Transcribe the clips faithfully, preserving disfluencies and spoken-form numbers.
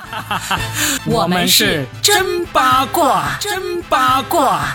我们是真八卦，真八卦。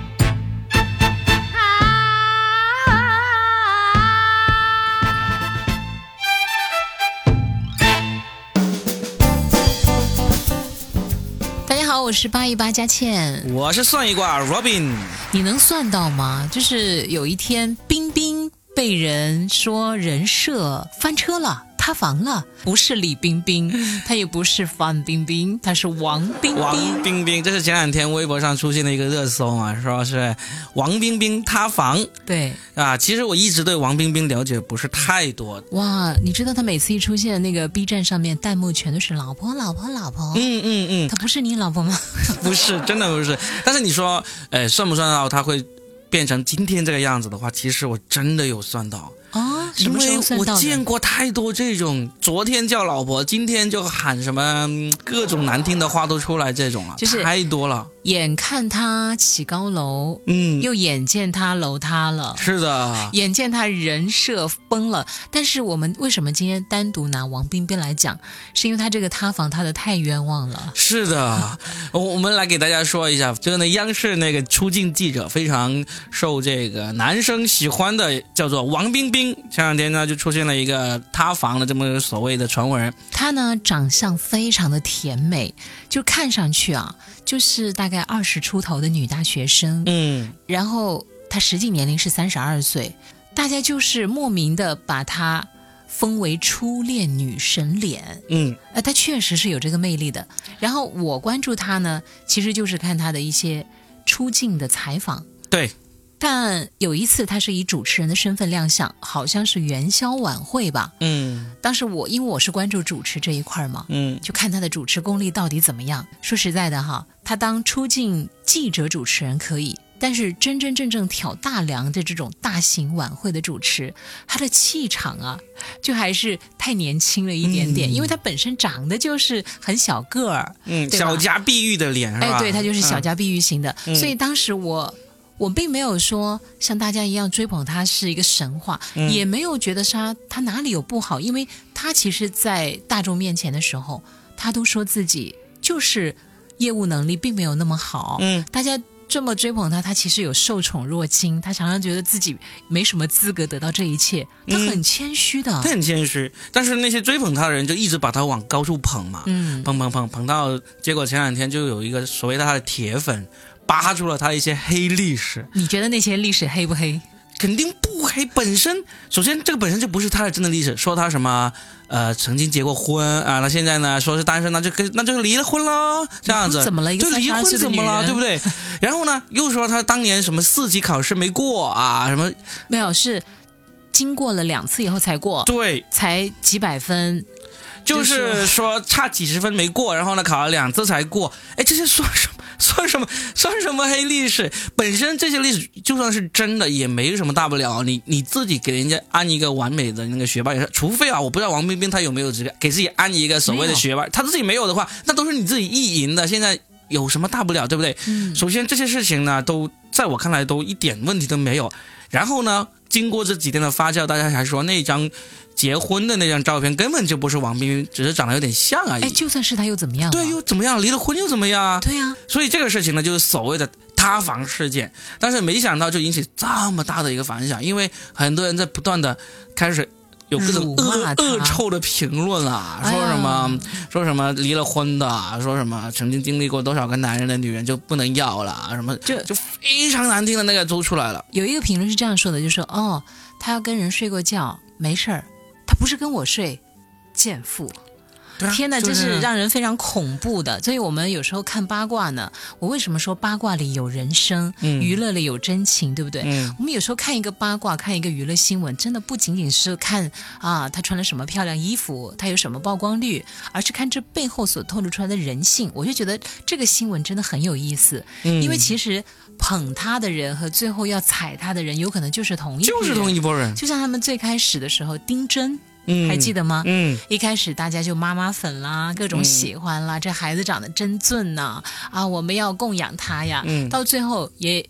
大家好，我是八一八佳倩， 我是算一卦 Robin。 你能算到吗？就是有一天冰冰被人说人设翻车了，塌房了，不是李冰冰，她也不是范冰冰，她是王冰冰。 王冰冰，这是前两天微博上出现的一个热搜嘛，说是王冰冰塌房。 对啊，其实我一直对王冰冰了解不是太多。 哇，你知道她每次一出现，那个 B 站上面弹幕全都是老婆老婆老婆。 嗯嗯嗯， 她不是你老婆吗？ 不是，真的不是。但是你说，呃，算不算到她会变成今天这个样子的话，其实我真的有算到。 啊，什么时候算到的？ 因为我见过太多这种，昨天叫老婆，今天就喊什么各种难听的话都出来，这种了， 就是太多了。 眼看他起高楼， 嗯， 又眼见他楼塌了， 是的， 眼见他人设崩了。但是我们为什么今天单独拿王冰冰来讲？是因为他这个塌房塌的太冤枉了。 是的，我们来给大家说一下，这个呢，央视那个出镜记者非常受这个男生喜欢的，叫做王冰冰。前两天呢，就出现了一个塌房的这么所谓的传闻。 她呢，长相非常的甜美，就看上去啊，就是大概二十出头的女大学生。 嗯， 然后她实际年龄是三十二岁，大家就是莫名的把她封为初恋女神脸。 嗯， 呃，她确实是有这个魅力的。然后我关注她呢，其实就是看她的一些出镜的采访。 对。 但有一次他是以主持人的身份亮相，好像是元宵晚会吧。 嗯， 当时我因为我是关注主持这一块嘛， 嗯， 就看他的主持功力到底怎么样。说实在的哈，他当出镜记者主持人可以，但是真真正正挑大梁的这种大型晚会的主持，他的气场啊，就还是太年轻了一点点，嗯、因为他本身长得就是很小个儿， 嗯，小家碧玉的脸是吧？ 哎，对，他就是小家碧玉型的， 嗯、 所以当时我。我并没有说像大家一样追捧他是一个神话，嗯、也没有觉得他他哪里有不好，因为他其实在大众面前的时候，他都说自己就是业务能力并没有那么好。嗯，大家这么追捧他，他其实有受宠若惊，他常常觉得自己没什么资格得到这一切，他很谦虚的。 嗯、他很谦虚，但是那些追捧他的人就一直把他往高处捧嘛，嗯，捧捧捧捧到，结果前两天就有一个所谓的他的铁粉。扒出了他一些黑历史。 你觉得那些历史黑不黑？ 肯定不黑。本身首先这个本身就不是他的真的历史，说他什么呃曾经结过婚啊，那现在呢说是单身，那就那就离了婚了，这样子怎么了？一个就离婚怎么了，对不对？然后呢又说他当年什么四级考试没过啊，什么没有，是经过了两次以后才过， 对， 才几百分。 就是说差几十分没过，然后呢考了两次才过。哎，这些算什么？算什么？算什么黑历史？本身这些历史就算是真的，也没什么大不了。你你自己给人家安一个完美的那个学霸，除非啊，我不知道王冰冰她有没有资格给自己安一个所谓的学霸，她自己没有的话，那都是你自己意淫的。现在有什么大不了，对不对？嗯。首先这些事情呢，都在我看来都一点问题都没有。然后呢，经过这几天的发酵，大家还说那张结婚的那张照片根本就不是王冰冰，只是长得有点像而已。 哎，就算是他又怎么样？ 对，又怎么样？离了婚又怎么样啊？ 对呀、啊。 所以这个事情呢，就是所谓的塌房事件。但是没想到就引起这么大的一个反响，因为很多人在不断的开始有各种恶恶臭的评论啊，说什么、哎、说什么离了婚的，说什么曾经经历过多少个男人的女人就不能要了，什么就就非常难听的那个都出来了。 有一个评论是这样说的，就说哦，他要跟人睡过觉，没事儿。他不是跟我睡，贱妇！啊、天哪，这是让人非常恐怖的。所以我们有时候看八卦呢，我为什么说八卦里有人生，嗯、娱乐里有真情，对不对？嗯、我们有时候看一个八卦，看一个娱乐新闻，真的不仅仅是看啊他穿了什么漂亮衣服，他有什么曝光率，而是看这背后所透露出来的人性。我就觉得这个新闻真的很有意思，嗯、因为其实捧他的人和最后要踩他的人，有可能就是同一批人， 就是同一拨人。 就像他们最开始的时候，丁真。嗯、还记得吗？嗯，一开始大家就妈妈粉啦，各种喜欢啦，嗯、这孩子长得真俊呐，啊，我们要供养他呀。嗯，到最后也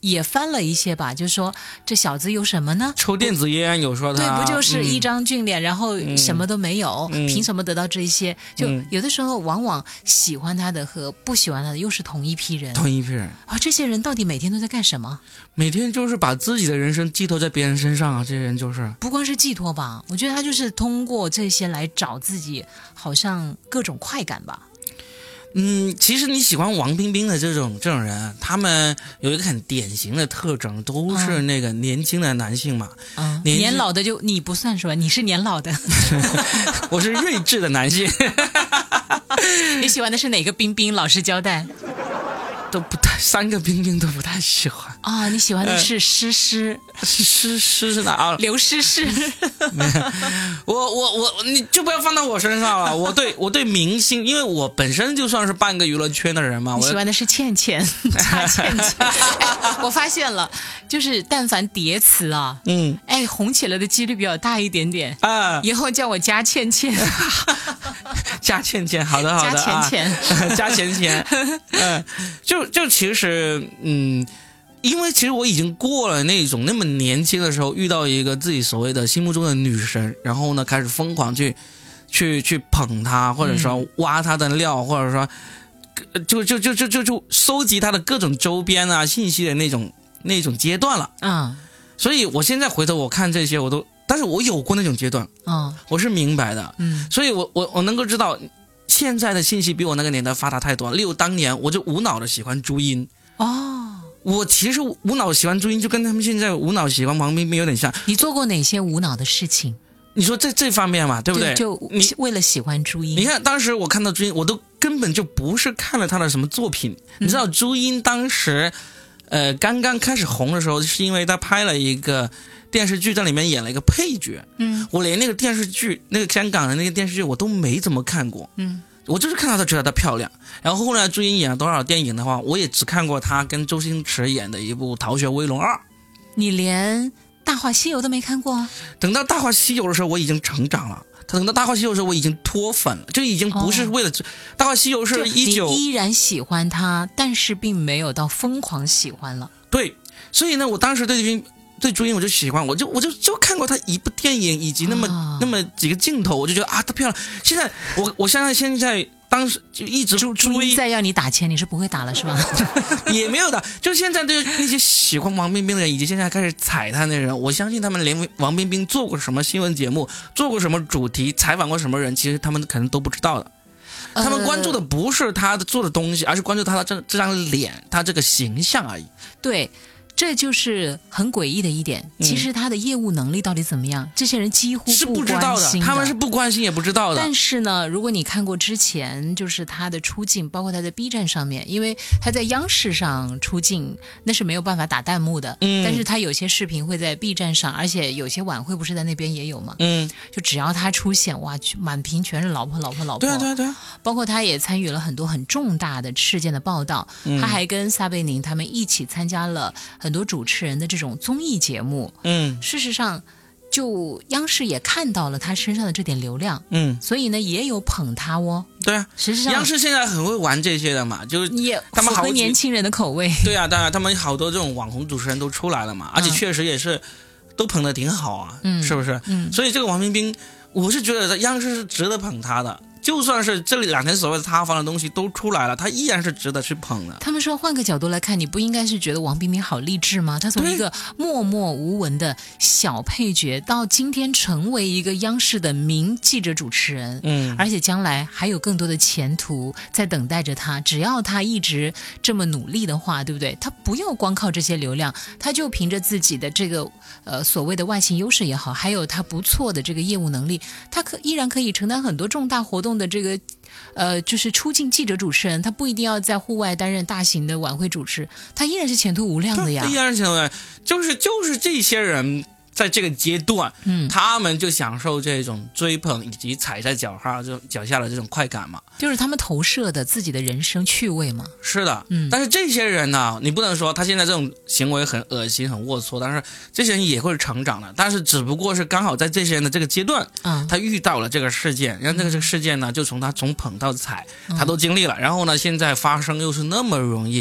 也翻了一些吧，就说这小子有什么呢？ 抽电子烟有说他， 对，不就是一张俊脸，嗯、然后什么都没有，嗯、凭什么得到这些？就有的时候往往喜欢他的和不喜欢他的又是同一批人， 同一批人啊！这些人到底每天都在干什么？ 每天就是把自己的人生寄托在别人身上啊！这些人就是不光是寄托吧，我觉得他就是通过这些来找自己，好像各种快感吧。 嗯，其实你喜欢王冰冰的这种这种人，他们有一个很典型的特征，都是那个年轻的男性嘛。 嗯，年, 年老的就你不算是吧？你是年老的， 我是睿智的男性。 你喜欢的是哪个冰冰？老实交代。 都不太，三个冰冰都不太喜欢啊、哦！你喜欢的是诗诗， 诗诗是哪啊？ 刘诗诗。 我我我，你就不要放到我身上了。我对我对明星，因为我本身就算是半个娱乐圈的人嘛。 你喜欢的是倩倩，贾倩倩。哎，我发现了，就是但凡叠词啊，嗯，哎，红起来的几率比较大一点点啊。以后叫我加倩倩。 加倩倩，好的好的， 加钱钱， 加钱钱，嗯，就就其实，嗯，因为其实我已经过了那种那么年轻的时候遇到一个自己所谓的心目中的女神，然后呢开始疯狂去去去捧她，或者说挖她的料，或者说就就就就就就收集她的各种周边啊信息的那种那种阶段了，嗯，所以我现在回头我看这些我都。但是我有过那种阶段，哦，我是明白的，嗯，所以我我我能够知道，现在的信息比我那个年代发达太多了。例如当年我就无脑的喜欢朱茵，哦，我其实无脑喜欢朱茵，就跟他们现在无脑喜欢王冰冰有点像。 你做过哪些无脑的事情？ 你说这这方面嘛，对不对？ 就你为了喜欢朱茵， 你看当时我看到朱茵，我都根本就不是看了她的什么作品，嗯、你知道朱茵当时，呃，刚刚开始红的时候，是因为她拍了一个。电视剧在里面演了一个配角，嗯，我连那个电视剧，那个香港的那个电视剧我都没怎么看过，嗯，我就是看到她觉得她漂亮。然后后来朱茵演了多少电影的话，我也只看过她跟周星驰演的一部《逃学威龙二》。 你连《大话西游》都没看过？ 等到《大话西游》的时候，我已经成长了。等到《大话西游》的时候，我已经脱粉了，就已经不是为了《哦、大话西游》是一九， 你依然喜欢他，但是并没有到疯狂喜欢了。 对，所以呢，我当时对朱对朱茵我就喜欢，我就我就就看过她一部电影以及那么、哦、那么几个镜头，我就觉得啊，她漂亮。现在我我现在现在当时就一直朱朱茵再要你打钱，你是不会打了是吧？ 也没有的，就现在对那些喜欢王冰冰的人，以及现在开始踩她的人，我相信他们连王冰冰做过什么新闻节目，做过什么主题，采访过什么人，其实他们可能都不知道的。他们关注的不是她的做的东西，而是关注她的这这张脸，她这个形象而已。 对。这就是很诡异的一点，其实他的业务能力到底怎么样，嗯、这些人几乎是不知道的，他们是不关心也不知道的。 但是呢，如果你看过之前，就是他的出镜，包括他在 B 站上面，因为他在央视上出镜，那是没有办法打弹幕的。嗯。但是他有些视频会在 B 站上，而且有些晚会不是在那边也有吗？嗯。就只要他出现，哇，满屏全是老婆，老婆，老婆。 对啊，对啊，对啊。 包括他也参与了很多很重大的事件的报道，嗯、他还跟撒贝宁他们一起参加了很多主持人的这种综艺节目，嗯，事实上，就央视也看到了他身上的这点流量，嗯，所以呢，也有捧他哦。 对啊， 实际上央视现在很会玩这些的嘛，就是也他们符合年轻人的口味。 对啊，当然他们好多这种网红主持人都出来了嘛，而且确实也是都捧得挺好啊，嗯，是不是？嗯，所以这个王冰冰，我是觉得央视是值得捧他的。就算是这两天所谓的塌房的东西都出来了，他依然是值得去捧的。 他们说换个角度来看，你不应该是觉得王冰冰好励志吗？他从一个默默无闻的小配角到今天成为一个央视的名记者主持人，嗯，而且将来还有更多的前途在等待着他。只要他一直这么努力的话，对不对？他不要光靠这些流量，他就凭着自己的这个呃所谓的外形优势也好，还有他不错的这个业务能力，他可依然可以承担很多重大活动的这个呃，就是出镜记者主持人，他不一定要在户外担任大型的晚会主持，他依然是前途无量的呀。 依然是前途无量，就是就是这些人在这个阶段，嗯，他们就享受这种追捧以及踩在脚下就脚下的这种快感嘛， 就是他们投射的自己的人生趣味嘛。 是的，嗯，但是这些人呢，你不能说他现在这种行为很恶心、很龌龊，但是这些人也会成长的，但是只不过是刚好在这些人的这个阶段，嗯，他遇到了这个事件，然后这个事件呢，就从他从捧到踩，他都经历了，然后呢，现在发生又是那么容易。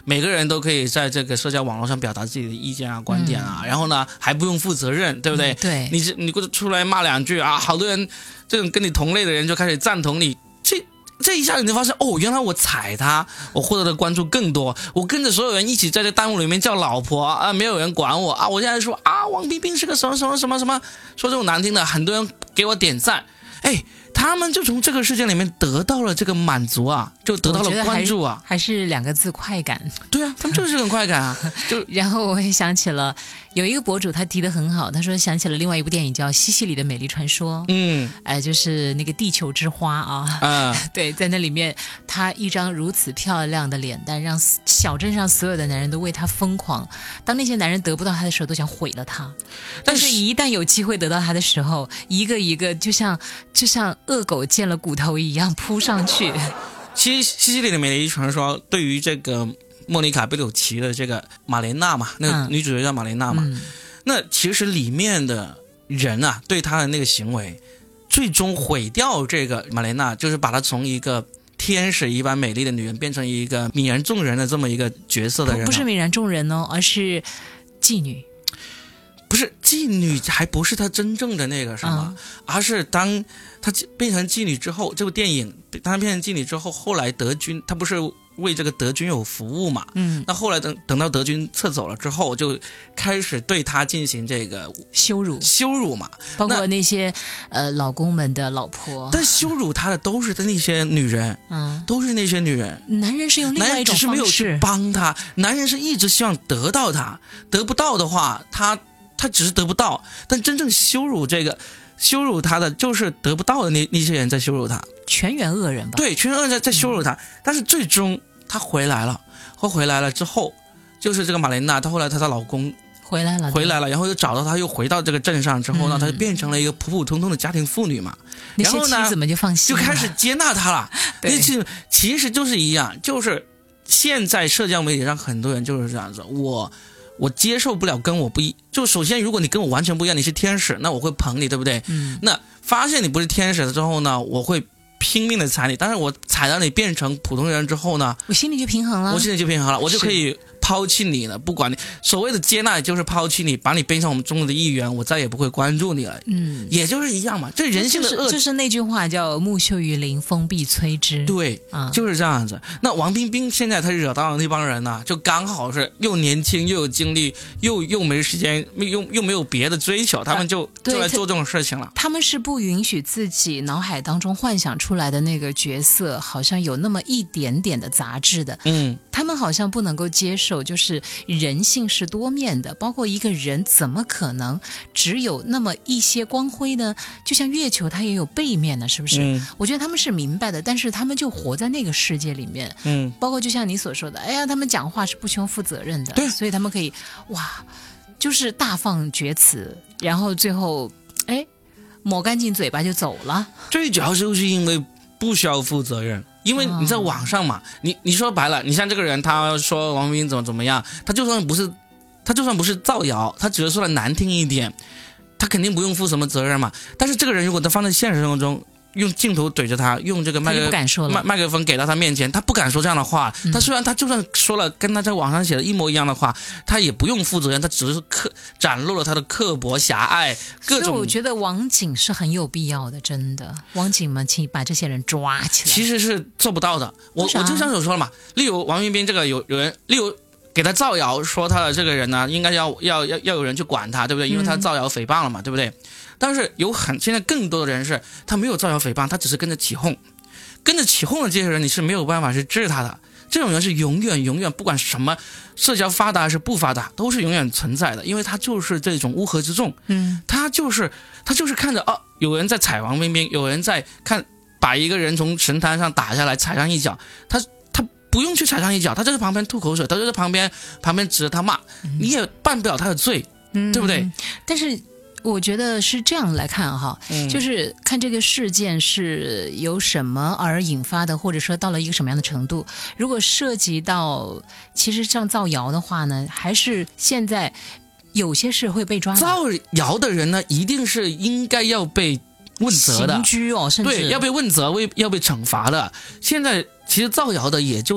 每个人都可以在这个社交网络上表达自己的意见啊、观点啊，嗯、然后呢还不用负责任，对不对？ 嗯、对， 你你出来骂两句啊，好多人这种跟你同类的人就开始赞同你，这这一下你就发现哦，原来我踩他，我获得的关注更多，我跟着所有人一起在这弹幕里面叫老婆啊，没有人管我啊，我现在说啊，王冰冰是个什么什么什么什么，说这种难听的，很多人给我点赞，哎。他们就从这个事件里面得到了这个满足啊，就得到了关注啊， 还是两个字快感。 对啊，他们就是很快感啊。就然后我也想起了有一个博主，他提得很好，他说想起了另外一部电影叫《西西里的美丽传说》。嗯，哎，就是那个地球之花啊。嗯，对，在那里面，她一张如此漂亮的脸蛋，让小镇上所有的男人都为她疯狂。当那些男人得不到她的时候，都想毁了她。但是，一旦有机会得到她的时候，一个一个就像就像。恶狗见了骨头一样扑上去。 其实西西里的美丽传说对于这个莫妮卡贝鲁奇的这个马莲娜嘛，那个女主角叫马莲娜嘛、嗯、那其实里面的人啊对她的那个行为最终毁掉这个马莲娜，就是把她从一个天使一般美丽的女人变成一个泯然众人的这么一个角色的人、啊、 不, 不是泯然众人哦，而是妓女。 不是妓女，还不是她真正的那个什么、嗯、而是当她变成妓女之后，这部电影当她变成妓女之后，后来德军她不是为这个德军有服务嘛，嗯，那后来等等到德军撤走了之后，就开始对她进行这个羞辱羞辱嘛， 包括那些呃老公们的老婆， 但羞辱她的都是那些女人，嗯，都是那些女人。 男人是用另外一种方式， 男人只是没有去帮她，男人是一直希望得到她，得不到的话，他他只是得不到，但真正羞辱这个羞辱他的就是得不到的那那些人在羞辱他， 全员恶人吧？ 对，全员恶人在在羞辱他、嗯。但是最终他回来了，他回来了之后，就是这个马莲娜，她后来她的老公回来了， 回来了，然后又找到她，又回到这个镇上之后呢，她、嗯、就变成了一个普普通通的家庭妇女嘛。然后呢， 怎么就放心了， 就开始接纳她了。对，其实就是一样，就是现在社交媒体上很多人就是这样子，我。我接受不了跟我不一，就首先如果你跟我完全不一样，你是天使，那我会捧你，对不对？嗯。那发现你不是天使之后呢，我会拼命的踩你，但是我踩到你变成普通人之后呢， 我心里就平衡了， 我心里就平衡了，我就可以抛弃你了，不管你所谓的接纳，就是抛弃你，把你变成我们中国的一员，我再也不会关注你了。嗯，也就是一样嘛，这人性的恶， 就是、就是那句话叫木秀于林，风必摧之。 对，啊、就是这样子。那王冰冰现在她惹到的那帮人呢、啊，就刚好是又年轻又有精力，又又没时间，又又没有别的追求，他们就、啊、就来做这种事情了。 他们是不允许自己脑海当中幻想出来的那个角色，好像有那么一点点的杂质的。嗯，他们好像不能够接受，就是人性是多面的，包括一个人怎么可能只有那么一些光辉呢？就像月球它也有背面呢，是不是、嗯、我觉得他们是明白的，但是他们就活在那个世界里面。嗯，包括就像你所说的，哎呀，他们讲话是不需要负责任的，对，所以他们可以哇就是大放厥词，然后最后哎抹干净嘴巴就走了。 最主要就是因为不需要负责任，因为你在网上嘛，哦、你你说白了，你像这个人，他说王冰冰怎么怎么样，他就算不是，他就算不是造谣，他只是说的难听一点，他肯定不用负什么责任嘛。但是这个人如果他放在现实生活中，用镜头怼着他，用这个麦克麦麦克风给到他面前，他不敢说这样的话。嗯、他虽然他就算说了跟他在网上写的一模一样的话，他也不用负责任，他只是刻展露了他的刻薄狭隘各种。 所以我觉得网警是很有必要的，真的，网警们请把这些人抓起来。 其实是做不到的，我我就像所说了嘛，例如王冰冰这个有有人，例如给他造谣说他的这个人呢，应该要要要要有人去管他，对不对？因为他造谣诽谤了嘛，嗯、对不对？但是有很现在更多的人是他没有造谣诽谤，他只是跟着起哄，跟着起哄的这些人你是没有办法去治他的。这种人是永远永远不管什么社交发达还是不发达，都是永远存在的，因为他就是这种乌合之众。嗯，他就是他就是看着哦，有人在踩王冰冰，有人在看把一个人从神坛上打下来踩上一脚，他他不用去踩上一脚，他就在旁边吐口水，他就在旁边旁边指着他骂，嗯、你也办不了他的罪，嗯、对不对？ 但是我觉得是这样来看哈、嗯，就是看这个事件是由什么而引发的，或者说到了一个什么样的程度。如果涉及到其实像造谣的话呢，还是现在有些是会被抓的。 造谣的人呢，一定是应该要被问责的， 刑拘哦，甚至对要被问责，要被惩罚的。现在其实造谣的也就一。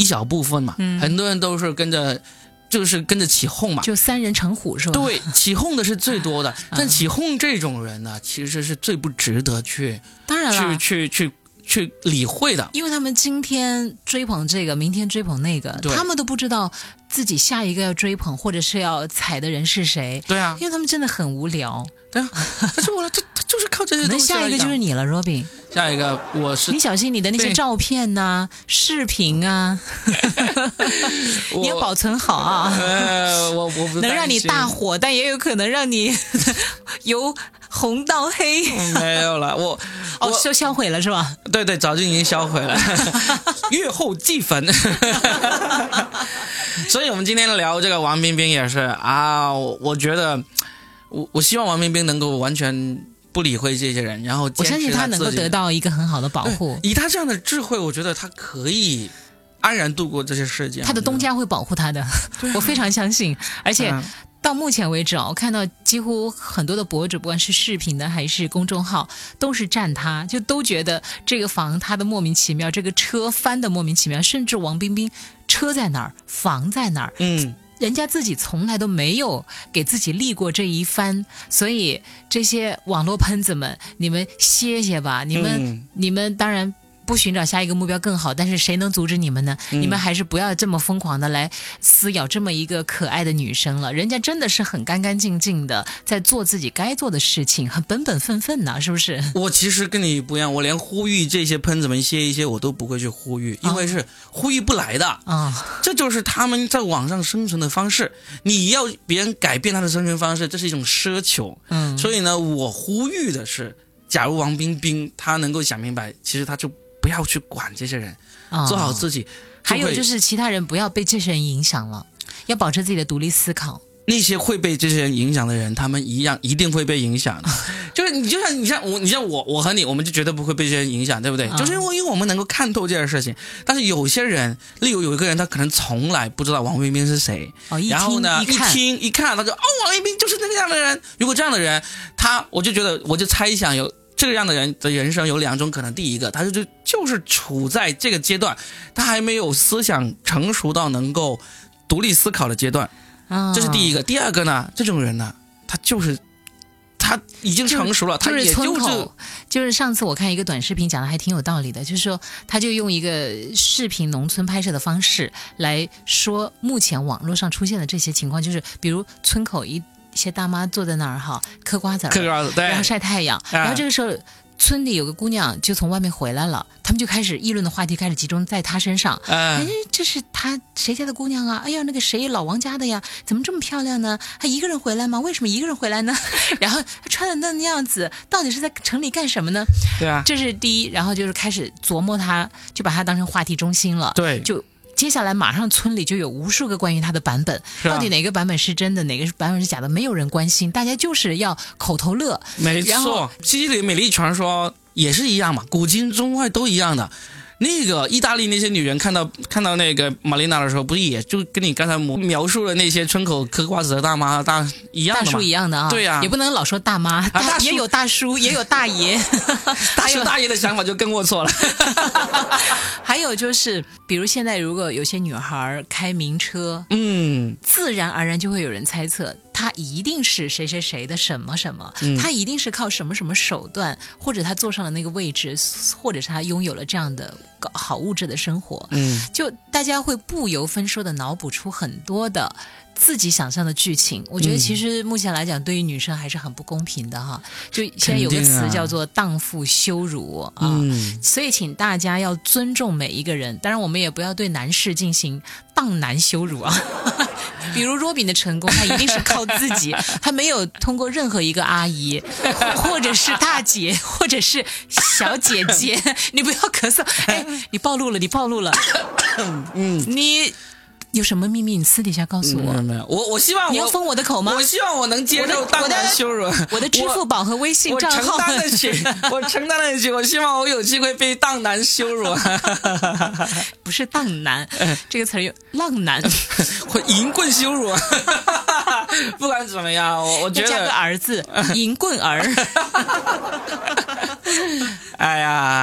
一小部分嘛，嗯、很多人都是跟着。就是跟着起哄嘛， 就三人成虎是吧？ 对，起哄的是最多的，但起哄这种人呢，其实是最不值得去， 当然了， 去去去去理会的， 因为他们今天追捧这个，明天追捧那个，他们都不知道自己下一个要追捧或者是要踩的人是谁。 对啊， 因为他们真的很无聊。 对啊，但是我这他就是靠这些东西。 那下一个就是你了 ，Robin。 下一个我是你小心你的那些照片呐、啊、视频啊，你要保存好啊。 呃，我我不能让你大火，但也有可能让你由红到黑。 没有了，我哦，就销毁了是吧？ 对对，早就已经销毁了，月后祭坟。所以我们今天聊这个王冰冰也是啊，我我觉得我我希望王冰冰能够完全不理会这些人，然后我相信他能够得到一个很好的保护。 以他这样的智慧，我觉得他可以安然度过这些事件。 他的东家会保护他的，我非常相信。而且到目前为止啊，我看到几乎很多的博主，不管是视频的还是公众号，都是站他，就都觉得这个房他的莫名其妙，这个车翻的莫名其妙，甚至王冰冰车在哪儿，房在哪儿， 嗯。 人家自己从来都没有给自己立过这一番，所以这些网络喷子们，你们歇歇吧，你们、嗯、你们当然不寻找下一个目标更好，但是谁能阻止你们呢、嗯、你们还是不要这么疯狂的来撕咬这么一个可爱的女生了，人家真的是很干干净净的在做自己该做的事情，很本本分分的，是不是？ 我其实跟你不一样，我连呼吁这些喷子们歇一歇我都不会去呼吁，因为是呼吁不来的啊、哦，这就是他们在网上生存的方式，你要别人改变他的生存方式，这是一种奢求。嗯，所以呢，我呼吁的是，假如王冰冰她能够想明白，其实她就不要去管这些人、哦、做好自己。 还有就是其他人不要被这些人影响了，要保持自己的独立思考。 那些会被这些人影响的人，他们一样一定会被影响的。就是你就像你像我，你像我，我和你，我们就绝对不会被这些人影响，对不对？嗯、就是因为我们能够看透这件事情。但是有些人，例如有一个人，他可能从来不知道王冰冰是谁， 哦、 然后呢， 一听一听一看，他就哦，王冰冰就是那个样的人。如果这样的人，他我就觉得，我就猜想有这个样的人的人生有两种可能。第一个，他就就就是处在这个阶段，他还没有思想成熟到能够独立思考的阶段。这是第一个。第二个呢，这种人呢，他就是他已经成熟了， 就他也就是就是就是上次我看一个短视频讲的还挺有道理的，就是说他就用一个视频农村拍摄的方式来说目前网络上出现的这些情况，就是比如村口一一些大妈坐在那儿哈嗑瓜子儿， 嗑瓜子对， 然后晒太阳，然后这个时候村里有个姑娘就从外面回来了，他们就开始议论的话题开始集中在她身上。哎、嗯，这是她谁家的姑娘啊？哎呀，那个谁老王家的呀？怎么这么漂亮呢？她一个人回来吗？为什么一个人回来呢？然后她穿的那样子，到底是在城里干什么呢？ 对啊， 这是第一。然后就是开始琢磨她，就把她当成话题中心了。 对， 就。接下来马上村里就有无数个关于他的版本、啊、到底哪个版本是真的哪个版本是假的没有人关心，大家就是要口头乐。 没错，西西里美丽传说也是一样嘛，古今中外都一样的。那个意大利那些女人看到看到那个玛丽娜的时候，不是也就跟你刚才描述的那些村口嗑瓜子的大妈大一样的吗？ 大叔一样的啊， 对啊， 也不能老说大妈，大、啊、也有大叔，也有大爷， 大叔大爷的想法就跟我错了。 还有就是，比如现在如果有些女孩开名车， 嗯， 自然而然就会有人猜测。他一定是谁谁谁的什么什么、嗯、他一定是靠什么什么手段，或者他坐上了那个位置，或者是他拥有了这样的好物质的生活， 嗯， 就大家会不由分说的脑补出很多的自己想象的剧情。我觉得其实目前来讲对于女生还是很不公平的哈，就现在有个词叫做荡妇羞辱啊、嗯，所以请大家要尊重每一个人，当然我们也不要对男士进行荡男羞辱啊。比如若比的成功，他一定是靠自己，他没有通过任何一个阿姨，或者是大姐，或者是小姐姐。你不要咳嗽，哎，你暴露了，你暴露了， 嗯， 你。有什么秘密你私底下告诉我。 没有没有，我我希望我你要封我的口吗？ 我希望我能接受荡男羞辱。 我的支付宝和微信账号， 我承担得起，我承担得起。我希望我有机会被荡男羞辱。 不是荡男，这个词儿有浪男， 或银棍羞辱。不管怎么样，我我觉得加个儿字，银棍儿。 哎呀，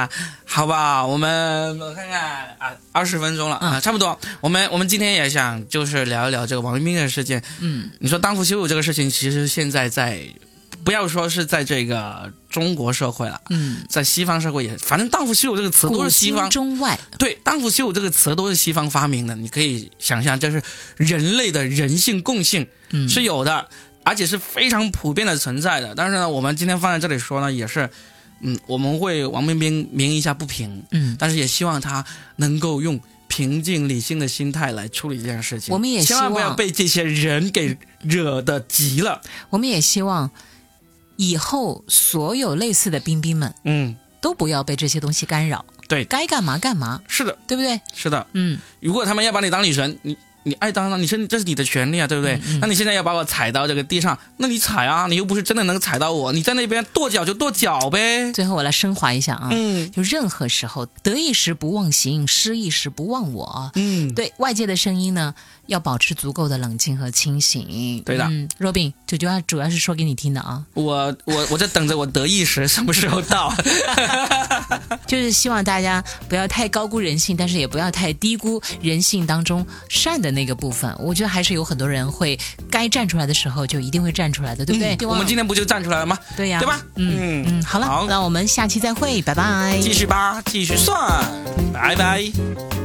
好吧，我们我看看啊，二十分钟了啊、嗯，差不多。我们我们今天也想就是聊一聊这个王冰冰的事件。 嗯， 你说荡妇羞辱这个事情，其实现在在，不要说是在这个中国社会了， 嗯， 在西方社会也，反正荡妇羞辱这个词都是西方， 古今中外， 对，荡妇羞辱这个词都是西方发明的。你可以想象，这是人类的人性共性，嗯，是有的，而且是非常普遍的存在的。但是呢，我们今天放在这里说呢，也是。嗯，我们会王冰冰鸣一下不平， 嗯， 但是也希望他能够用平静理性的心态来处理这件事情。 我们也希望千万不要被这些人给惹得急了。 我们也希望以后所有类似的冰冰们， 嗯， 都不要被这些东西干扰。 对， 该干嘛干嘛。 是的， 对不对？ 是的， 嗯， 如果他们要把你当女神，你。你爱当然，你是这是你的权利啊，对不对？ 嗯嗯、 那你现在要把我踩到这个地上，那你踩啊，你又不是真的能踩到我，你在那边跺脚就跺脚呗。 最后我来升华一下啊， 嗯， 就任何时候得意时不忘形，失意时不忘我。 嗯， 对外界的声音呢，要保持足够的冷静和清醒。 对的， 嗯 ，Robin， 这句话主要是说给你听的啊。 我我我在等着我得意时什么时候到。 就是希望大家不要太高估人性，但是也不要太低估人性当中善的那个部分。我觉得还是有很多人会该站出来的时候就一定会站出来的，对不对？ 嗯、我们今天不就站出来了吗？ 对呀， 对吧？ 嗯嗯，好了，好，那我们下期再会，拜拜。 继续吧，继续算，拜拜。